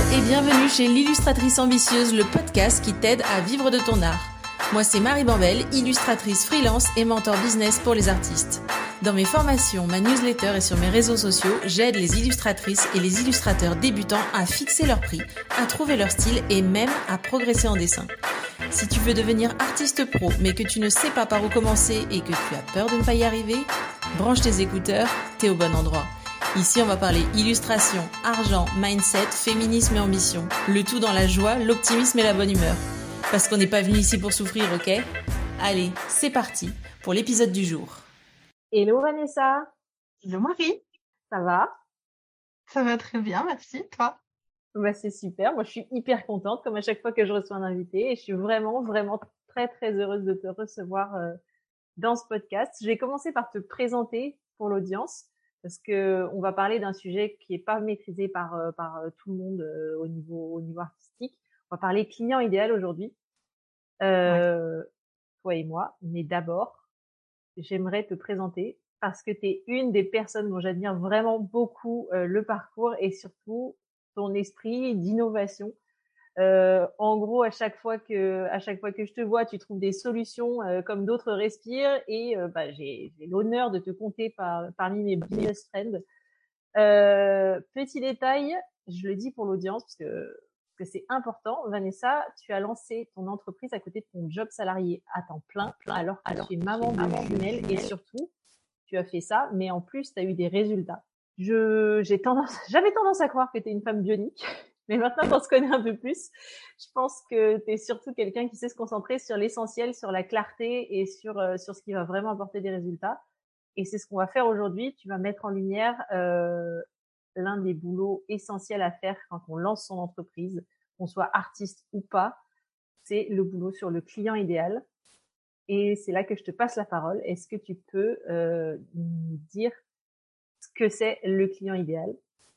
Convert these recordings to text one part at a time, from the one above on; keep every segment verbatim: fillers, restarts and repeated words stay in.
et bienvenue chez l'Illustratrice Ambitieuse, le podcast qui t'aide à vivre de ton art. Moi c'est Marie Bambel, illustratrice freelance et mentor business pour les artistes. Dans mes formations, ma newsletter et sur mes réseaux sociaux, j'aide les illustratrices et les illustrateurs débutants à fixer leur prix, à trouver leur style et même à progresser en dessin. Si tu veux devenir artiste pro mais que tu ne sais pas par où commencer et que tu as peur de ne pas y arriver, branche tes écouteurs, t'es au bon endroit. Ici, on va parler illustration, argent, mindset, féminisme et ambition. Le tout dans la joie, l'optimisme et la bonne humeur. Parce qu'on n'est pas venu ici pour souffrir, ok ? Allez, c'est parti pour l'épisode du jour. Hello Vanessa. Hello Marie. Ça va ? Ça va très bien, merci. Toi ? Bah c'est super. Moi, je suis hyper contente, comme à chaque fois que je reçois un invité, et je suis vraiment, vraiment très, très heureuse de te recevoir euh, dans ce podcast. Je vais commencer par te présenter pour l'audience, parce que on va parler d'un sujet qui est pas maîtrisé par euh, par euh, tout le monde euh, au niveau au niveau artistique. On va parler client idéal aujourd'hui, euh, ouais. Toi et moi. Mais d'abord, j'aimerais te présenter parce que tu es une des personnes dont j'admire vraiment beaucoup euh, le parcours et surtout ton esprit d'innovation. Euh, en gros, à chaque fois que, à chaque fois que je te vois, tu trouves des solutions euh, comme d'autres respirent, et euh, bah, j'ai, j'ai l'honneur de te compter par, parmi mes business friends. Euh, petit détail, je le dis pour l'audience parce que, parce que c'est important. Vanessa, tu as lancé ton entreprise à côté de ton job salarié à temps plein, alors que alors, tu es maman de jumelles, et surtout, tu as fait ça, mais en plus, tu as eu des résultats. Je, j'ai tendance, j'avais tendance à croire que tu es une femme bionique. Mais maintenant qu'on se connaît un peu plus, je pense que tu es surtout quelqu'un qui sait se concentrer sur l'essentiel, sur la clarté et sur euh, sur ce qui va vraiment apporter des résultats. Et c'est ce qu'on va faire aujourd'hui. Tu vas mettre en lumière euh, l'un des boulots essentiels à faire quand on lance son entreprise, qu'on soit artiste ou pas. C'est le boulot sur le client idéal. Et c'est là que je te passe la parole. Est-ce que tu peux euh, nous dire ce que c'est le client idéal ?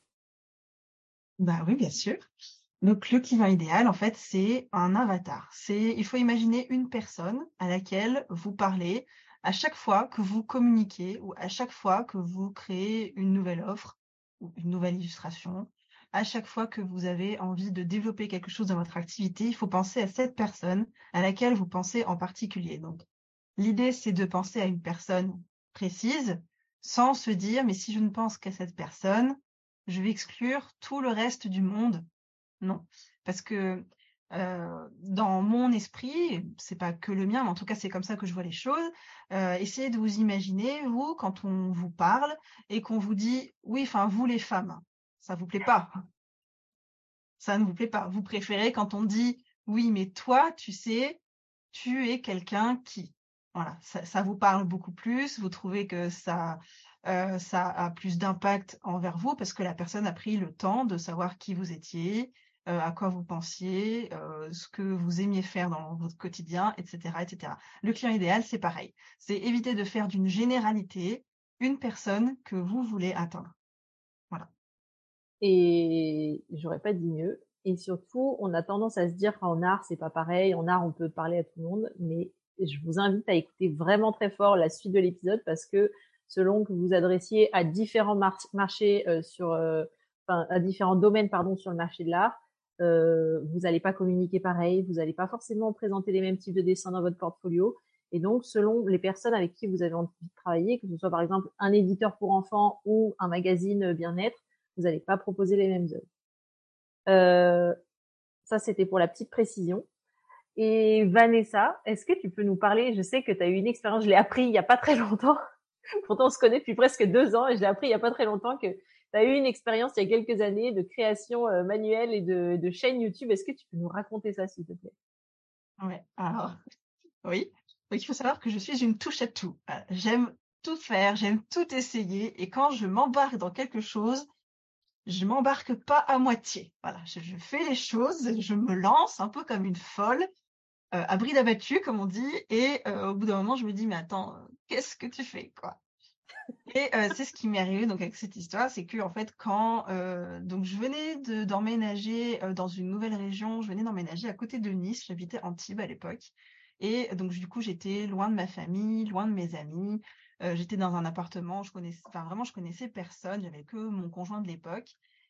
Bah oui, bien sûr. Donc, le client idéal, en fait, c'est un avatar. C'est, il faut imaginer une personne à laquelle vous parlez à chaque fois que vous communiquez ou à chaque fois que vous créez une nouvelle offre ou une nouvelle illustration. À chaque fois que vous avez envie de développer quelque chose dans votre activité, il faut penser à cette personne à laquelle vous pensez en particulier. Donc, l'idée, c'est de penser à une personne précise sans se dire, mais si je ne pense qu'à cette personne, je vais exclure tout le reste du monde. Non, parce que euh, dans mon esprit, c'est pas que le mien, mais en tout cas c'est comme ça que je vois les choses. Euh, essayez de vous imaginer, vous, quand on vous parle et qu'on vous dit, oui, enfin vous les femmes, ça vous plaît pas, ça ne vous plaît pas. Vous préférez quand on dit, oui, mais toi, tu sais, tu es quelqu'un qui, voilà, ça, ça vous parle beaucoup plus. Vous trouvez que ça euh, ça a plus d'impact envers vous parce que la personne a pris le temps de savoir qui vous étiez, euh, à quoi vous pensiez, euh, ce que vous aimiez faire dans votre quotidien, et cetera, et cetera. Le client idéal, c'est pareil. C'est éviter de faire d'une généralité une personne que vous voulez atteindre. Voilà. Et j'aurais pas dit mieux. Et surtout, on a tendance à se dire qu'en art, c'est pas pareil. En art, on peut parler à tout le monde. Mais je vous invite à écouter vraiment très fort la suite de l'épisode parce que selon que vous vous adressiez à différents mar- marchés euh, sur, euh, enfin, à différents domaines, pardon, sur le marché de l'art, euh, vous n'allez pas communiquer pareil. Vous n'allez pas forcément présenter les mêmes types de dessins dans votre portfolio. Et donc, selon les personnes avec qui vous avez envie de travailler, que ce soit par exemple un éditeur pour enfants ou un magazine bien-être, vous n'allez pas proposer les mêmes œuvres. Euh, ça, c'était pour la petite précision. Et Vanessa, est-ce que tu peux nous parler, je sais que tu as eu une expérience, je l'ai appris il n'y a pas très longtemps, pourtant on se connaît depuis presque deux ans, et je l'ai appris il n'y a pas très longtemps que tu as eu une expérience il y a quelques années de création euh, manuelle et de, de chaîne YouTube. Est-ce que tu peux nous raconter ça, s'il te plaît ? Ouais, alors, oui. Donc, il faut savoir que je suis une touche à tout. Euh, J'aime tout faire, j'aime tout essayer. Et quand je m'embarque dans quelque chose, je m'embarque pas à moitié. Voilà, je, je fais les choses, je me lance un peu comme une folle, euh, à bride abattue, comme on dit. Et euh, au bout d'un moment, je me dis, mais attends, euh, qu'est-ce que tu fais, quoi? Et euh, c'est ce qui m'est arrivé donc avec cette histoire, c'est que en fait, quand euh, donc je venais de d'emménager euh, dans une nouvelle région, je venais d'emménager à côté de Nice, j'habitais Antibes à l'époque, et donc du coup j'étais loin de ma famille, loin de mes amis, euh, j'étais dans un appartement, je connaissais, enfin vraiment je connaissais personne, j'avais que mon conjoint de l'époque,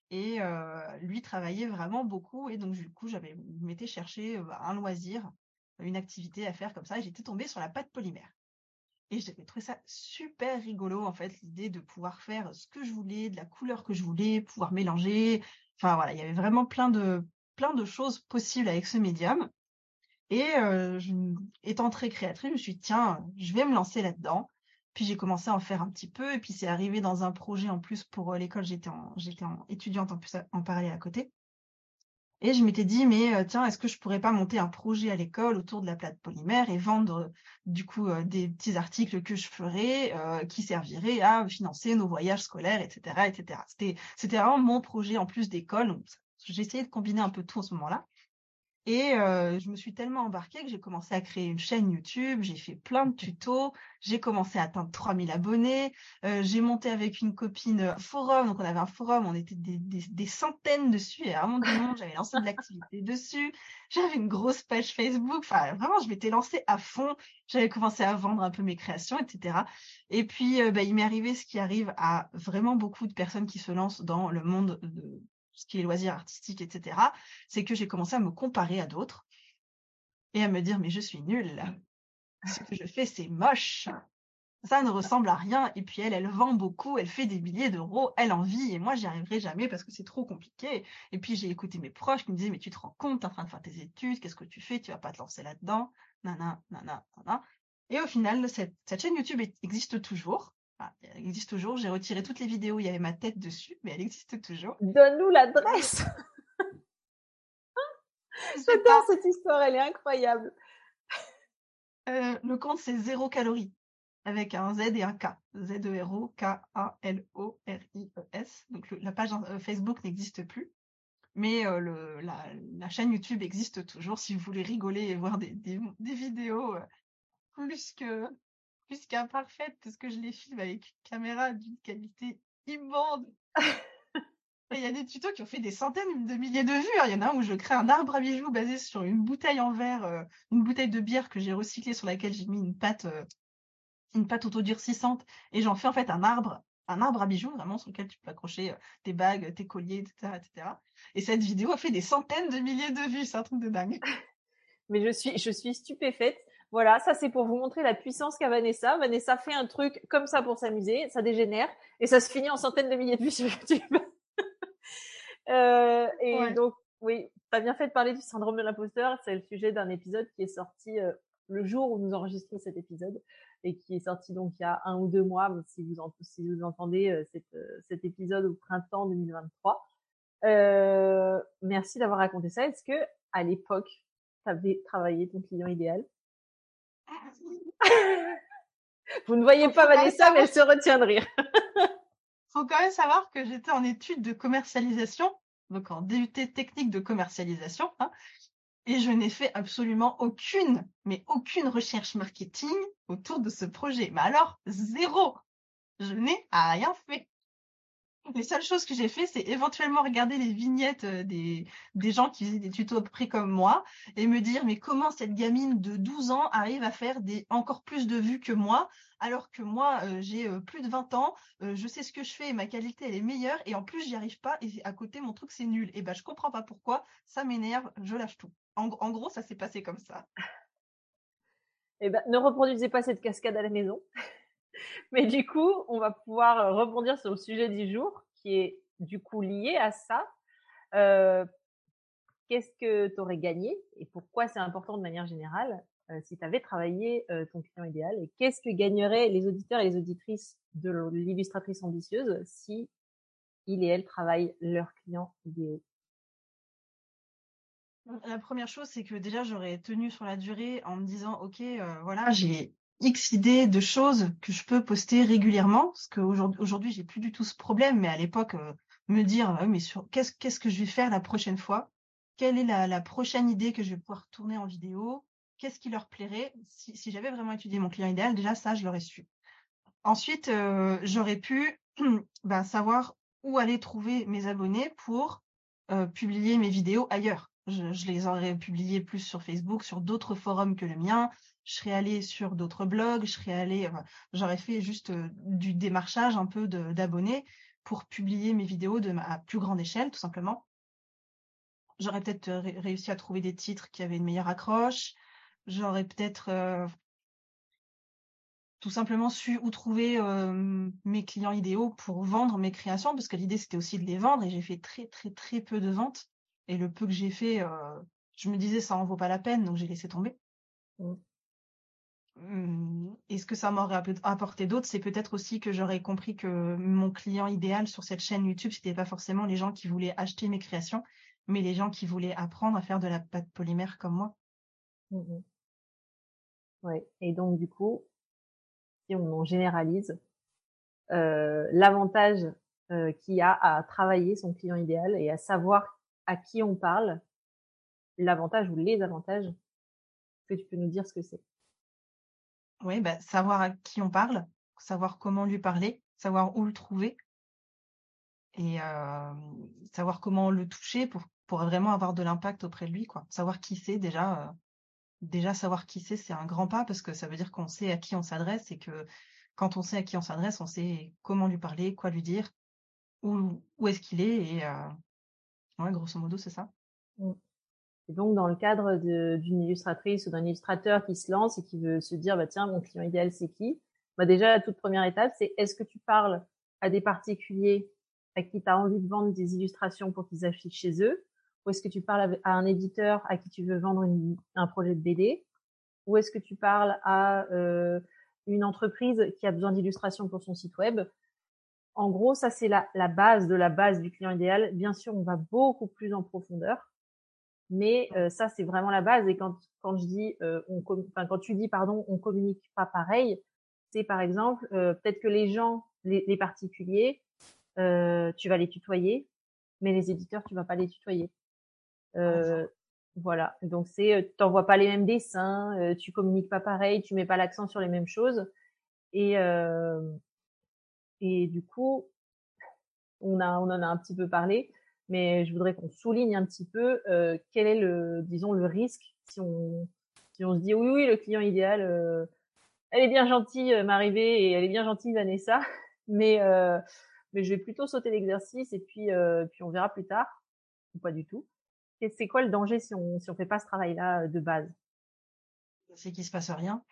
Et euh, lui travaillait vraiment beaucoup. Et donc, du coup, j'avais, je m'étais cherché euh, un loisir, une activité à faire comme ça. Et j'étais tombée sur la pâte polymère. Et j'avais trouvé ça super rigolo, en fait, l'idée de pouvoir faire ce que je voulais, de la couleur que je voulais, pouvoir mélanger. Enfin, voilà, il y avait vraiment plein de, plein de choses possibles avec ce médium. Et euh, je, étant très créatrice, je me suis dit, tiens, je vais me lancer là-dedans. Puis j'ai commencé à en faire un petit peu. Et puis c'est arrivé dans un projet en plus pour euh, l'école. J'étais en, j'étais en étudiante en plus à- en parallèle à côté. Et je m'étais dit, mais euh, tiens, est-ce que je pourrais pas monter un projet à l'école autour de la plate polymère et vendre euh, du coup euh, des petits articles que je ferais euh, qui serviraient à financer nos voyages scolaires, et cetera, et cetera. C'était, c'était vraiment mon projet en plus d'école. Donc j'ai essayé de combiner un peu tout en ce moment-là. Et euh, je me suis tellement embarquée que j'ai commencé à créer une chaîne YouTube, j'ai fait plein de tutos, j'ai commencé à atteindre trois mille abonnés, euh, j'ai monté avec une copine un forum, donc on avait un forum, on était des, des, des centaines dessus, il y avait vraiment du monde, j'avais lancé de l'activité dessus, j'avais une grosse page Facebook, enfin vraiment je m'étais lancée à fond, j'avais commencé à vendre un peu mes créations, et cetera. Et puis euh, bah, il m'est arrivé ce qui arrive à vraiment beaucoup de personnes qui se lancent dans le monde de ce qui est loisirs artistiques, et cetera, c'est que j'ai commencé à me comparer à d'autres et à me dire, mais je suis nulle. Ce que je fais, c'est moche. Ça ne ressemble à rien. Et puis elle, elle vend beaucoup, elle fait des milliers d'euros, elle en vit. Et moi, j'y arriverai jamais parce que c'est trop compliqué. Et puis j'ai écouté mes proches qui me disaient, mais tu te rends compte, t'es en train de faire tes études, qu'est-ce que tu fais? Tu vas pas te lancer là-dedans. Nana, nana, nana. Et au final, cette, cette chaîne YouTube existe toujours. Enfin, elle existe toujours. J'ai retiré toutes les vidéos où il y avait ma tête dessus, mais elle existe toujours. Donne-nous l'adresse. Je sais J'adore pas. cette histoire, elle est incroyable. Euh, le compte, c'est zéro calorie, avec un Z et un K. Z E R O K A L O R I E S. Donc le- la page euh, Facebook n'existe plus, mais euh, le, la, la chaîne YouTube existe toujours si vous voulez rigoler et voir des, des, des vidéos euh, plus que plus qu'imparfaites, parce que je les filme avec une caméra d'une qualité immonde. Et il y a des tutos qui ont fait des centaines de milliers de vues, hein. Il y en a un où je crée un arbre à bijoux basé sur une bouteille en verre, euh, une bouteille de bière que j'ai recyclée sur laquelle j'ai mis une pâte euh, une pâte autodurcissante et j'en fais en fait un arbre, un arbre à bijoux vraiment sur lequel tu peux accrocher euh, tes bagues, tes colliers, et cetera, et cetera. Et cette vidéo a fait des centaines de milliers de vues, c'est un truc de dingue. Mais je suis, je suis stupéfaite. Voilà, ça c'est pour vous montrer la puissance qu'a Vanessa. Vanessa fait un truc comme ça pour s'amuser, ça dégénère et ça se finit en centaines de milliers de vues sur YouTube. euh, et Ouais. donc, oui, t'as bien fait de parler du syndrome de l'imposteur. C'est le sujet d'un épisode qui est sorti euh, le jour où nous enregistrons cet épisode et qui est sorti donc il y a un ou deux mois, si vous, en, si vous entendez euh, cette, euh, cet épisode au printemps deux mille vingt-trois. Euh, merci d'avoir raconté ça. Est-ce que à l'époque, tu avais travaillé ton client idéal? Vous ne voyez Faut, pas faut quand même Vanessa, mais savoir, elle se retient de rire. faut quand même savoir que j'étais en études de commercialisation, donc en D U T technique de commercialisation, hein, et je n'ai fait absolument aucune, mais aucune recherche marketing autour de ce projet. Mais alors, zéro. Je n'ai rien fait. Les seules choses que j'ai fait, c'est éventuellement regarder les vignettes euh, des, des gens qui faisaient des tutos à peu près comme moi et me dire, mais comment cette gamine de douze ans arrive à faire des encore plus de vues que moi, alors que moi, euh, j'ai euh, plus de vingt ans, euh, je sais ce que je fais et ma qualité, elle est meilleure et en plus, j'y arrive pas et à côté, mon truc, c'est nul. Et ben, je comprends pas pourquoi, ça m'énerve, je lâche tout. En, en gros, ça s'est passé comme ça. Eh ben, ne reproduisez pas cette cascade à la maison. Mais du coup, on va pouvoir rebondir sur le sujet du jour, qui est du coup lié à ça. Euh, qu'est-ce que tu aurais gagné et pourquoi c'est important de manière générale euh, si tu avais travaillé euh, ton client idéal et qu'est-ce que gagneraient les auditeurs et les auditrices de l'illustratrice ambitieuse si ils et elles travaillent leurs clients idéaux? La première chose, c'est que déjà, j'aurais tenu sur la durée en me disant, OK, euh, voilà, j'ai X idées de choses que je peux poster régulièrement, parce qu'aujourd'hui, aujourd'hui, j'ai plus du tout ce problème, mais à l'époque, euh, me dire, ah oui, mais sur qu'est-ce qu'est-ce que je vais faire la prochaine fois? Quelle est la, la prochaine idée que je vais pouvoir tourner en vidéo? Qu'est-ce qui leur plairait? Si, si j'avais vraiment étudié mon client idéal, déjà, ça, je l'aurais su. Ensuite, euh, j'aurais pu bah, savoir où aller trouver mes abonnés pour euh, publier mes vidéos ailleurs. Je, je les aurais publiées plus sur Facebook, sur d'autres forums que le mien. Je serais allée sur d'autres blogs. Je serais allée, enfin, j'aurais fait juste euh, du démarchage un peu de- d'abonnés pour publier mes vidéos de ma à plus grande échelle, tout simplement. J'aurais peut-être euh, ré- réussi à trouver des titres qui avaient une meilleure accroche. J'aurais peut-être euh, tout simplement su où trouver euh, mes clients idéaux pour vendre mes créations, parce que l'idée c'était aussi de les vendre et j'ai fait très très très peu de ventes. Et le peu que j'ai fait, euh, je me disais ça en vaut pas la peine, donc j'ai laissé tomber. Mm. Hum, Et ce que ça m'aurait app- apporté d'autre, c'est peut-être aussi que j'aurais compris que mon client idéal sur cette chaîne YouTube, c'était pas forcément les gens qui voulaient acheter mes créations, mais les gens qui voulaient apprendre à faire de la pâte polymère comme moi. Mm, mm. Ouais. Et donc, du coup, si on généralise, euh, l'avantage euh, qu'il y a à travailler son client idéal et à savoir à qui on parle, l'avantage ou les avantages, est-ce que tu peux nous dire ce que c'est? Oui, bah, savoir à qui on parle, savoir comment lui parler, savoir où le trouver et euh, savoir comment le toucher pour, pour vraiment avoir de l'impact auprès de lui, quoi. Savoir qui c'est déjà, euh, déjà savoir qui c'est, c'est un grand pas parce que ça veut dire qu'on sait à qui on s'adresse et que quand on sait à qui on s'adresse, on sait comment lui parler, quoi lui dire, où, où est-ce qu'il est et euh, ouais, grosso modo, c'est ça. Mm. Et donc, dans le cadre de- d'une illustratrice ou d'un illustrateur qui se lance et qui veut se dire, bah, tiens, mon client idéal, c'est qui? Bah, déjà, la toute première étape, c'est est-ce que tu parles à des particuliers à qui tu as envie de vendre des illustrations pour qu'ils affichent chez eux? Ou est-ce que tu parles à un éditeur à qui tu veux vendre une- un projet de B D? Ou est-ce que tu parles à euh, une entreprise qui a besoin d'illustrations pour son site web? En gros, ça, c'est la, la base de la base du client idéal. Bien sûr, on va beaucoup plus en profondeur. Mais euh, ça, c'est vraiment la base. Et quand quand je dis, euh, on enfin quand tu dis, pardon, on communique pas pareil, c'est par exemple euh, peut-être que les gens, les, les particuliers, euh, tu vas les tutoyer, mais les éditeurs, tu vas pas les tutoyer. Par Euh, exemple. voilà. Donc c'est, euh, t'envoies pas les mêmes dessins, euh, tu communiques pas pareil, tu mets pas l'accent sur les mêmes choses. Et euh, et du coup, on a, on en a un petit peu parlé, mais je voudrais qu'on souligne un petit peu euh, quel est le, disons, le risque si on, si on se dit oui, oui, le client idéal, euh, elle est bien gentille, euh, m'arriver et elle est bien gentille, Vanessa, mais euh, mais je vais plutôt sauter l'exercice et puis euh, puis on verra plus tard ou pas du tout. Et c'est quoi le danger si on si on fait pas ce travail-là euh, de base? C'est qu'il se passe rien.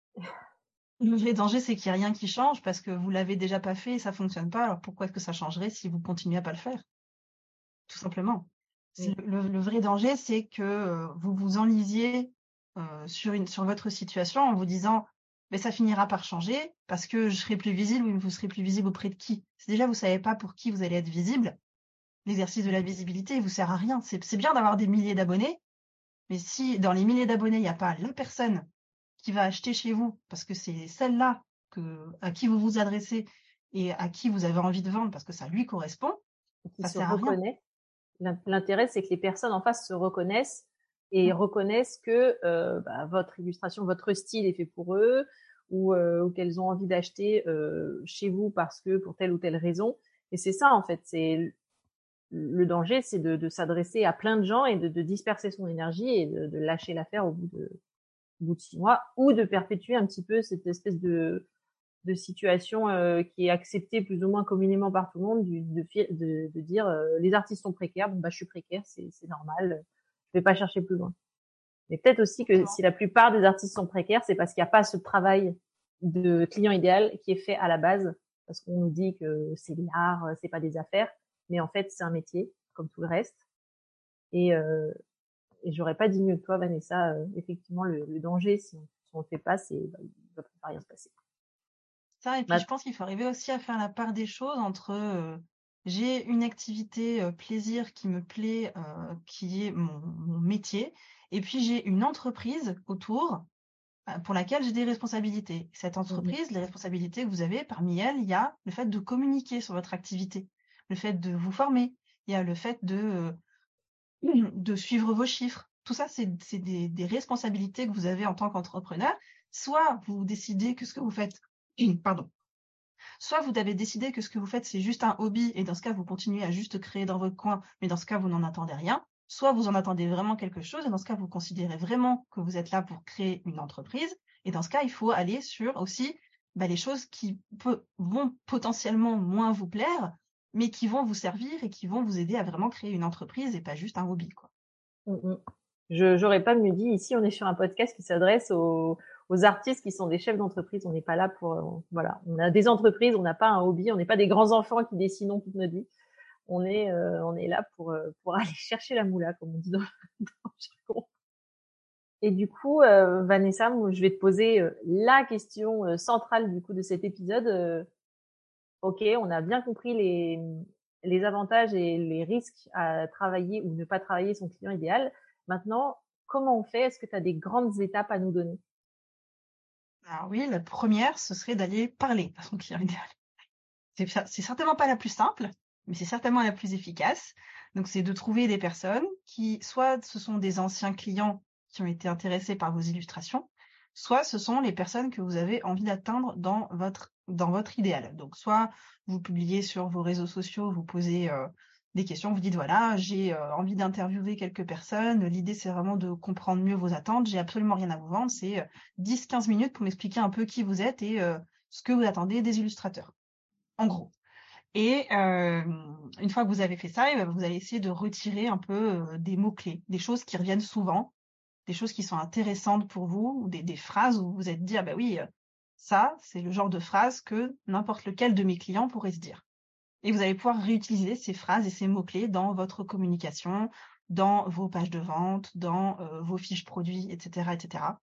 Le vrai danger, c'est qu'il y a rien qui change parce que vous l'avez déjà pas fait et ça fonctionne pas. Alors pourquoi est-ce que ça changerait si vous continuez à pas le faire? Tout simplement. Mm. C'est le, le vrai danger, c'est que euh, vous vous enlisiez euh, sur une sur votre situation en vous disant, mais ça finira par changer parce que je serai plus visible ou vous serez plus visible auprès de qui. C'est déjà vous savez pas pour qui vous allez être visible. L'exercice de la visibilité, il vous sert à rien. C'est c'est bien d'avoir des milliers d'abonnés, mais si dans les milliers d'abonnés, il n'y a pas la personne qui va acheter chez vous parce que c'est celle-là que à qui vous vous adressez et à qui vous avez envie de vendre parce que ça lui correspond, Et qui ça se sert à rien. reconnaît. L'in- L'intérêt, c'est que les personnes en face se reconnaissent et reconnaissent que euh, bah, votre illustration, votre style est fait pour eux ou, euh, ou qu'elles ont envie d'acheter euh, chez vous parce que pour telle ou telle raison. Et c'est ça, en fait. C'est le danger, c'est de, de s'adresser à plein de gens et de, de disperser son énergie et de, de lâcher l'affaire au bout de, au bout de six mois ou de perpétuer un petit peu cette espèce de de situation euh, qui est acceptée plus ou moins communément par tout le monde, du, de, de, de dire euh, les artistes sont précaires, bon bah je suis précaire, c'est, c'est normal, je vais pas chercher plus loin. Mais peut-être aussi que si la plupart des artistes sont précaires, c'est parce qu'il n'y a pas ce travail de client idéal qui est fait à la base, parce qu'on nous dit que c'est de l'art, c'est pas des affaires, mais en fait c'est un métier comme tout le reste. Et, euh, et j'aurais pas dit mieux que toi, Vanessa. Euh, effectivement, le, le danger, si on, si on le fait pas, c'est bah, il va pas rien se passer. Ça, et puis je Ma- pense qu'il faut arriver aussi à faire la part des choses entre euh, j'ai une activité euh, plaisir qui me plaît, euh, qui est mon, mon métier, et puis j'ai une entreprise autour euh, pour laquelle j'ai des responsabilités. Cette entreprise, les responsabilités que vous avez, parmi elles, il y a le fait de communiquer sur votre activité, le fait de vous former, il y a le fait de, euh, de suivre vos chiffres. Tout ça, c'est c'est des, des responsabilités que vous avez en tant qu'entrepreneur. Soit vous décidez que ce que vous faites, pardon, soit vous avez décidé que ce que vous faites, c'est juste un hobby, et dans ce cas, vous continuez à juste créer dans votre coin, mais dans ce cas, vous n'en attendez rien. Soit vous en attendez vraiment quelque chose, et dans ce cas, vous considérez vraiment que vous êtes là pour créer une entreprise. Et dans ce cas, il faut aller sur aussi bah, les choses qui peut, vont potentiellement moins vous plaire, mais qui vont vous servir et qui vont vous aider à vraiment créer une entreprise et pas juste un hobby, quoi. Mmh mh. Je j'aurais pas mieux dit. Ici, on est sur un podcast qui s'adresse aux aux artistes qui sont des chefs d'entreprise. On n'est pas là pour, euh, voilà, on a des entreprises, on n'a pas un hobby, on n'est pas des grands enfants qui dessinons toute notre vie. On est, euh, on est là pour euh, pour aller chercher la moula, comme on dit dans, dans le jargon. Et du coup, euh, Vanessa, moi, je vais te poser euh, la question euh, centrale du coup de cet épisode. Euh, ok, on a bien compris les les avantages et les risques à travailler ou ne pas travailler son client idéal. Maintenant, comment on fait? Est-ce que tu as des grandes étapes à nous donner? Alors oui, la première, ce serait d'aller parler à son client idéal. C'est ça- c'est certainement pas la plus simple, mais c'est certainement la plus efficace. Donc, c'est de trouver des personnes qui, soit ce sont des anciens clients qui ont été intéressés par vos illustrations, soit ce sont les personnes que vous avez envie d'atteindre dans votre, dans votre idéal. Donc, soit vous publiez sur vos réseaux sociaux, vous posez euh, des questions, vous dites, voilà, j'ai euh, envie d'interviewer quelques personnes. L'idée, c'est vraiment de comprendre mieux vos attentes. J'ai absolument rien à vous vendre. C'est euh, dix quinze minutes pour m'expliquer un peu qui vous êtes et euh, ce que vous attendez des illustrateurs. En gros. Et euh, une fois que vous avez fait ça, eh ben, vous allez essayer de retirer un peu euh, des mots-clés, des choses qui reviennent souvent, des choses qui sont intéressantes pour vous, ou des, des phrases où vous vous êtes dit, ah bah oui, euh, ça, c'est le genre de phrase que n'importe lequel de mes clients pourrait se dire. Et vous allez pouvoir réutiliser ces phrases et ces mots-clés dans votre communication, dans vos pages de vente, dans euh, vos fiches produits, et cetera, et cetera.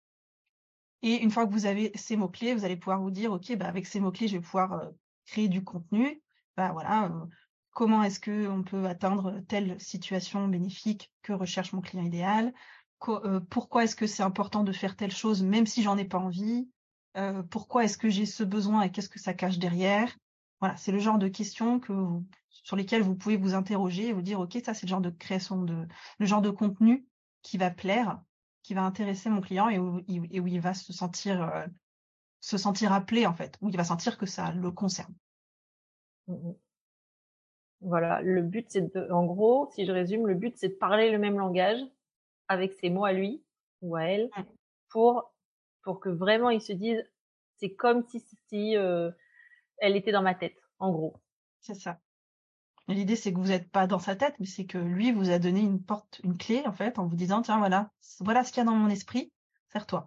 Et une fois que vous avez ces mots-clés, vous allez pouvoir vous dire, OK, bah, avec ces mots-clés, je vais pouvoir euh, créer du contenu. Bah, voilà, euh, comment est-ce qu'on peut atteindre telle situation bénéfique que recherche mon client idéal? Co- euh, pourquoi est-ce que c'est important de faire telle chose même si j'en ai pas envie? Euh, pourquoi est-ce que j'ai ce besoin et qu'est-ce que ça cache derrière? Voilà, c'est le genre de questions que vous- sur lesquelles vous pouvez vous interroger et vous dire, OK, ça c'est le genre de création de, le genre de contenu qui va plaire, qui va intéresser mon client et où, et où il va se sentir, euh, se sentir appelé, en fait, où il va sentir que ça le concerne. Mmh mh. Voilà, le but, c'est de, en gros, si je résume, le but, c'est de parler le même langage avec ses mots à lui ou à elle Mm. pour pour que vraiment ils se disent, c'est comme si si euh, elle était dans ma tête, en gros. C'est ça. Et l'idée, c'est que vous n'êtes pas dans sa tête, mais c'est que lui vous a donné une porte, une clé, en fait, en vous disant, tiens, voilà, voilà ce qu'il y a dans mon esprit, serre-toi.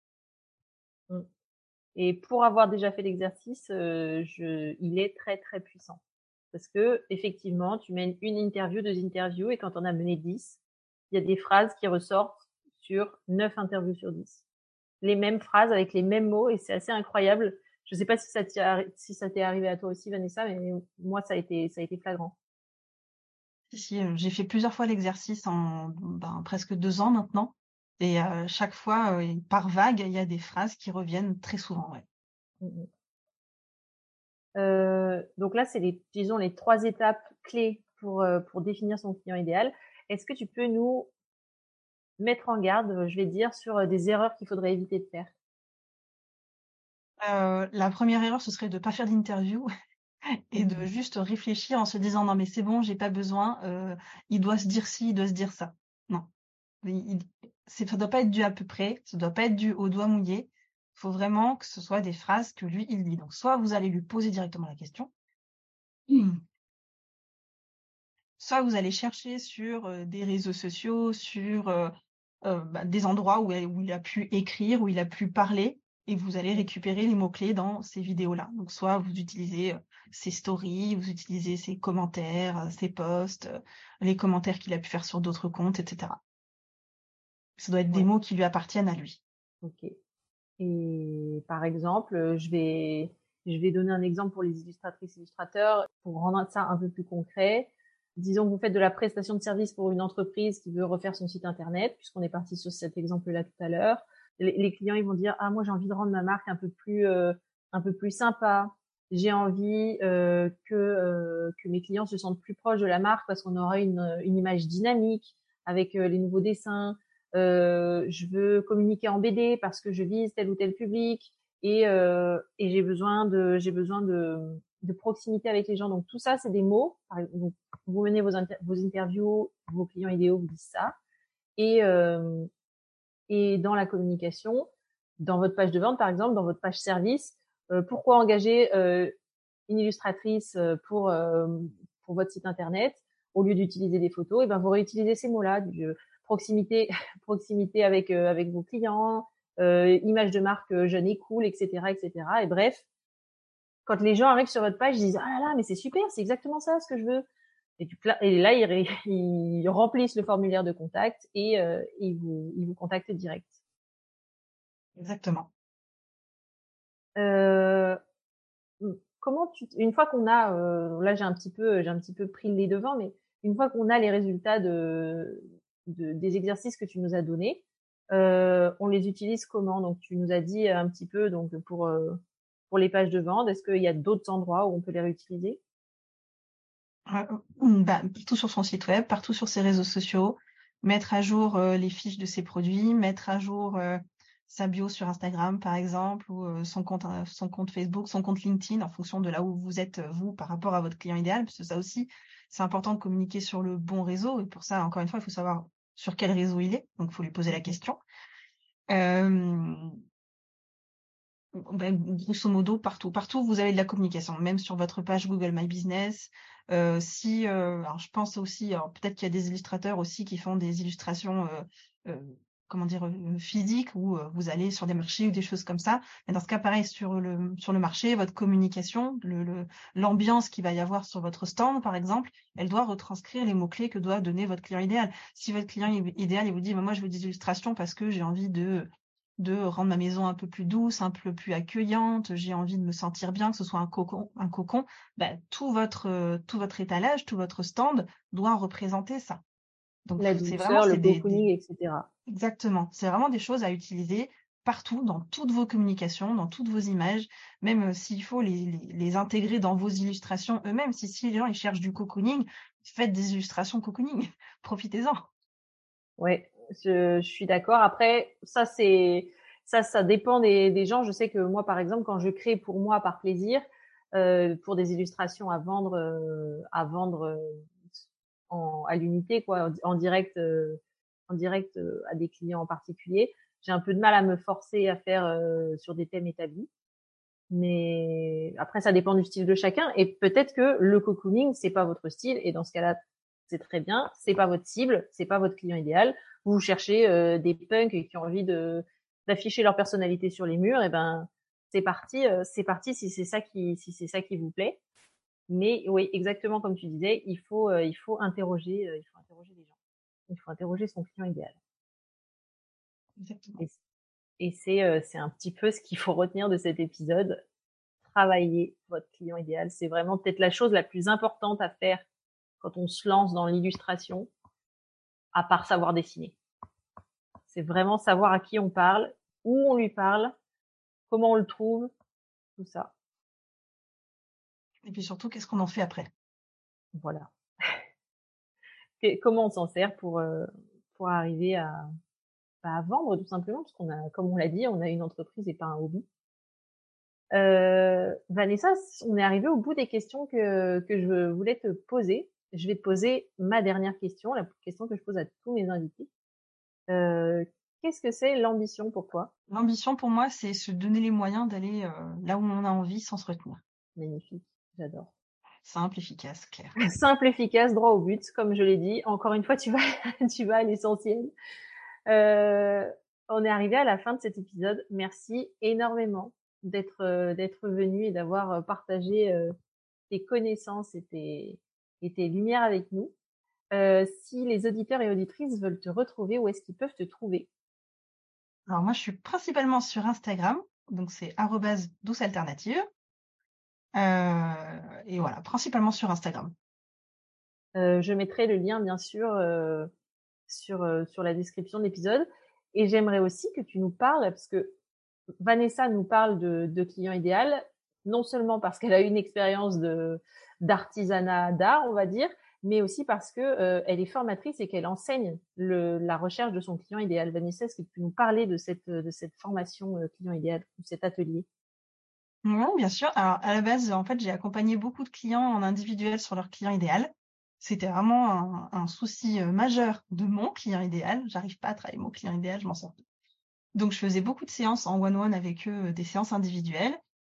Mmh. Et pour avoir déjà fait l'exercice, euh, je, il est très très puissant. Parce que effectivement, tu mènes une interview, deux interviews, et quand on a mené dix, il y a des phrases qui ressortent sur neuf interviews sur dix. Les mêmes phrases avec les mêmes mots, et c'est assez incroyable. Je sais pas si ça t'est arri- si ça t'est arrivé à toi aussi, Vanessa, mais moi, ça a été, ça a été flagrant. Si, si, euh, j'ai fait plusieurs fois l'exercice en ben, presque deux ans maintenant. Et euh, chaque fois, euh, par vague, il y a des phrases qui reviennent très souvent. Ouais. Mm, mm. Euh, donc là, c'est les, disons, les trois étapes clés pour, euh, pour définir son client idéal. Est-ce que tu peux nous mettre en garde, je vais dire, sur euh, des erreurs qu'il faudrait éviter de faire? Euh, la première erreur, ce serait de pas faire d'interview et de Mhm. juste réfléchir en se disant non mais c'est bon, j'ai pas besoin, euh, il doit se dire ci, il doit se dire ça. Non, il, il- c'est, ça doit pas être dû à peu près, ça doit pas être dû au doigt mouillé. Il faut vraiment que ce soit des phrases que lui il dit. Donc soit vous allez lui poser directement la question, Hmm. soit vous allez chercher sur euh, des réseaux sociaux, sur euh, euh, bah, des endroits où, où il a pu écrire, où il a pu parler, et vous allez récupérer les mots-clés dans ces vidéos-là. Donc, soit vous utilisez euh, ses stories, vous utilisez ses commentaires, euh, ses posts, euh, les commentaires qu'il a pu faire sur d'autres comptes, et cetera. Ça doit être des Ouais, mots qui lui appartiennent à lui. ok. Et par exemple, euh, je vais, je vais donner un exemple pour les illustratrices illustrateurs pour rendre ça un peu plus concret. Disons que vous faites de la prestation de service pour une entreprise qui veut refaire son site internet, puisqu'on est parti sur cet exemple-là tout à l'heure. Les, les clients, ils vont dire, ah, moi, j'ai envie de rendre ma marque un peu plus, euh, un peu plus sympa. J'ai envie euh, que euh, que mes clients se sentent plus proches de la marque parce qu'on aura une, une image dynamique avec euh, les nouveaux dessins. Euh, je veux communiquer en B D parce que je vise tel ou tel public et, euh, et j'ai besoin de j'ai besoin de, de proximité avec les gens. Donc tout ça, c'est des mots. Donc, vous menez vos, inter- vos interviews, vos clients idéaux vous disent ça. Et, euh, et dans la communication, dans votre page de vente, par exemple, dans votre page service, euh, pourquoi engager euh, une illustratrice pour euh, pour votre site internet, au lieu d'utiliser des photos, et ben vous réutilisez ces mots-là, du euh, proximité, proximité avec euh, avec vos clients, euh, image de marque euh, jeune et cool, et cetera, et cetera. Et bref, quand les gens arrivent sur votre page, ils disent ah là là, mais c'est super, c'est exactement ça ce que je veux. Et, du, et là, ils, ré, ils remplissent le formulaire de contact et euh, ils vous ils vous contactent direct. Exactement. Euh, comment tu, une fois qu'on a, euh, là j'ai un petit peu, j'ai un petit peu pris les devants, mais une fois qu'on a les résultats de, de des exercices que tu nous as donnés, euh, on les utilise comment? Donc tu nous as dit un petit peu, donc pour euh, pour les pages de vente, est-ce qu'il y a d'autres endroits où on peut les réutiliser? Euh, bah, partout sur son site web, partout sur ses réseaux sociaux, mettre à jour euh, les fiches de ses produits, mettre à jour euh, sa bio sur Instagram par exemple, ou euh, son compte euh, son compte Facebook, son compte LinkedIn, en fonction de là où vous êtes euh, vous par rapport à votre client idéal, parce que ça aussi c'est important de communiquer sur le bon réseau, et pour ça encore une fois il faut savoir sur quel réseau il est, donc il faut lui poser la question. Euh, Ben, grosso modo, partout. Partout, vous avez de la communication, même sur votre page Google My Business. Euh, si, euh, alors je pense aussi, alors peut-être qu'il y a des illustrateurs aussi qui font des illustrations, euh, euh, comment dire, euh, physiques, où euh, vous allez sur des marchés ou des choses comme ça. Mais dans ce cas, pareil, sur le sur le marché, votre communication, le, le l'ambiance qu'il va y avoir sur votre stand, par exemple, elle doit retranscrire les mots-clés que doit donner votre client idéal. Si votre client idéal, il vous dit, ben, moi, je veux des illustrations parce que j'ai envie de de rendre ma maison un peu plus douce, un peu plus accueillante, j'ai envie de me sentir bien, que ce soit un cocon, un cocon, ben, tout votre euh, tout votre étalage, tout votre stand doit représenter ça. Donc La c'est vraiment douceur, le c'est des, des cocooning, et cetera. exactement, c'est vraiment des choses à utiliser partout, dans toutes vos communications, dans toutes vos images, même euh, s'il faut les, les, les intégrer dans vos illustrations eux-mêmes. Si, si les gens ils cherchent du cocooning, faites des illustrations cocooning, profitez-en. Ouais, je, je suis d'accord. Après, ça c'est ça, ça dépend des, des gens. Je sais que moi, par exemple, quand je crée pour moi par plaisir, euh, pour des illustrations à vendre, euh, à vendre euh, en, à l'unité, quoi, en, en direct, euh, en direct euh, à des clients en particulier, j'ai un peu de mal à me forcer à faire euh, sur des thèmes établis. Mais après, ça dépend du style de chacun. Et peut-être que le cocooning, c'est pas votre style. Et dans ce cas-là, c'est très bien. C'est pas votre cible, c'est pas votre client idéal. Vous cherchez euh, des punks qui ont envie de d'afficher leur personnalité sur les murs. Et ben, c'est parti, euh, c'est parti si c'est ça qui si c'est ça qui vous plaît. Mais oui, exactement comme tu disais, il faut euh, il faut interroger, euh, il faut interroger les gens. Il faut interroger son client idéal. Exactement. Et, et c'est euh, c'est un petit peu ce qu'il faut retenir de cet épisode. Travailler votre client idéal. C'est vraiment peut-être la chose la plus importante à faire quand on se lance dans l'illustration, à part savoir dessiner. C'est vraiment savoir à qui on parle, où on lui parle, comment on le trouve, tout ça. Et puis surtout, qu'est-ce qu'on en fait après? Voilà. Comment on s'en sert pour euh, pour arriver à, à vendre tout simplement, parce qu'on a, comme on l'a dit, on a une entreprise et pas un hobby. Euh, Vanessa, on est arrivé au bout des questions que, que je voulais te poser. Je vais te poser ma dernière question, la question que je pose à tous mes invités. Euh, Qu'est-ce que c'est l'ambition pour toi? L'ambition pour moi, c'est se donner les moyens d'aller euh, là où on a envie sans se retenir. Magnifique, j'adore. Simple, efficace, clair. Simple, efficace, droit au but, comme je l'ai dit. Encore une fois, tu vas, tu vas à l'essentiel. Euh, on est arrivé à la fin de cet épisode. Merci énormément d'être euh, d'être venu et d'avoir partagé euh, tes connaissances et tes, et tes lumières avec nous. Euh, si les auditeurs et auditrices veulent te retrouver, où est-ce qu'ils peuvent te trouver? Alors moi, je suis principalement sur Instagram, donc c'est arobase douce alternative. Euh, et voilà, principalement sur Instagram. Euh, je mettrai le lien, bien sûr, euh, sur euh, sur la description de l'épisode. Et j'aimerais aussi que tu nous parles, parce que Vanessa nous parle de, de client idéal, non seulement parce qu'elle a eu une expérience de d'artisanat d'art, on va dire, mais aussi parce que euh, elle est formatrice et qu'elle enseigne le, la recherche de son client idéal. Vanessa, est-ce que tu peux nous parler de cette de cette formation euh, client idéal, de cet atelier? Oui, bien sûr. Alors à la base, en fait, j'ai accompagné beaucoup de clients en individuel sur leur client idéal. C'était vraiment un, un souci euh, majeur de mon client idéal. J'arrive pas à travailler mon client idéal, je m'en sors. Donc je faisais beaucoup de séances en one-one avec eux, des séances individuelles.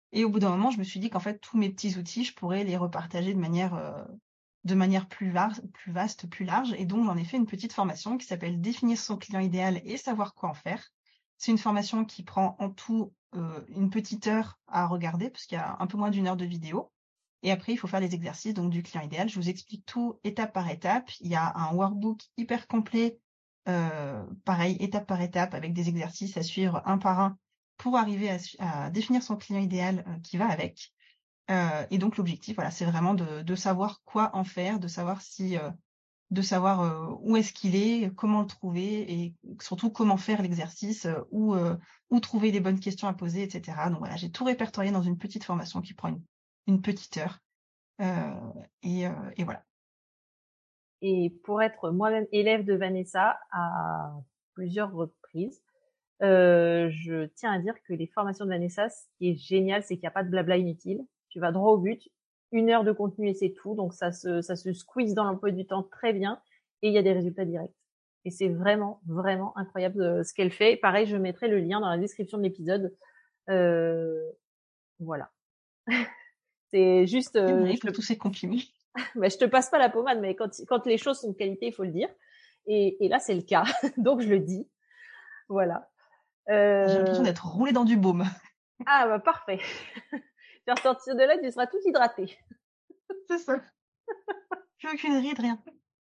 Et au bout d'un moment, je me suis dit qu'en fait, tous mes petits outils, je pourrais les repartager de manière, euh, de manière plus, var- plus vaste, plus large. Et donc, j'en ai fait une petite formation qui s'appelle Définir son client idéal et savoir quoi en faire. C'est une formation qui prend en tout euh, une petite heure à regarder, parce qu'il y a un peu moins d'une heure de vidéo. Et après, il faut faire les exercices donc du client idéal. Je vous explique tout étape par étape. Il y a un workbook hyper complet, euh, pareil, étape par étape, avec des exercices à suivre un par un pour arriver à, su- à définir son client idéal euh, qui va avec. Euh, et donc l'objectif, voilà, c'est vraiment de, de savoir quoi en faire, de savoir si, euh, de savoir euh, où est-ce qu'il est, comment le trouver, et surtout comment faire l'exercice, euh, où, euh, où trouver les bonnes questions à poser, et cetera. Donc voilà, j'ai tout répertorié dans une petite formation qui prend une, une petite heure. Euh, et, euh, et voilà. Et pour être moi-même élève de Vanessa à plusieurs reprises, euh, je tiens à dire que les formations de Vanessa, ce qui est génial, c'est qu'il n'y a pas de blabla inutile. Tu vas droit au but, une heure de contenu et c'est tout. Donc ça se, ça se squeeze dans l'emploi du temps très bien et il y a des résultats directs. Et c'est vraiment, vraiment incroyable euh, ce qu'elle fait. Pareil, je mettrai le lien dans la description de l'épisode. Euh, voilà. C'est juste, euh, Merci je pour te, tous ces compliments. bah, je te passe pas la pommade, mais quand, quand les choses sont de qualité, il faut le dire. Et, et là, c'est le cas. Donc, je le dis. Voilà. J'ai l'impression Euh... d'être roulée dans du baume. Ah, bah, parfait. Tu vas ressortir de là, tu seras tout hydraté. C'est ça. Plus aucune ride, rien.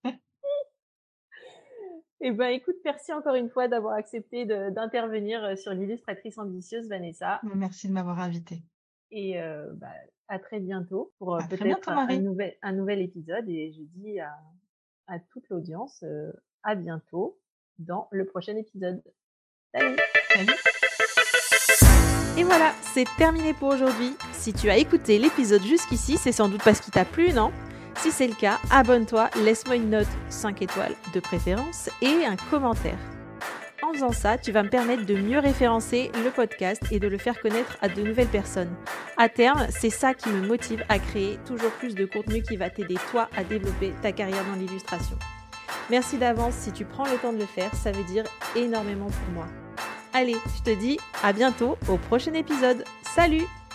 Eh ben, écoute, merci encore une fois d'avoir accepté de, d'intervenir sur l'illustratrice ambitieuse, Vanessa. Merci de m'avoir invitée. Et euh, bah, à très bientôt pour euh, À très peut-être bientôt, un Marie. nouvel, un nouvel épisode. Et je dis à, à toute l'audience, euh, à bientôt dans le prochain épisode. Salut! Salut. Et voilà, c'est terminé pour aujourd'hui. Si tu as écouté l'épisode jusqu'ici, c'est sans doute parce qu'il t'a plu, non ? Si c'est le cas, abonne-toi, laisse-moi une note cinq étoiles de préférence et un commentaire. En faisant ça, tu vas me permettre de mieux référencer le podcast et de le faire connaître à de nouvelles personnes. À terme, c'est ça qui me motive à créer toujours plus de contenu qui va t'aider toi à développer ta carrière dans l'illustration. Merci d'avance si tu prends le temps de le faire, ça veut dire énormément pour moi. Allez, je te dis à bientôt au prochain épisode. Salut!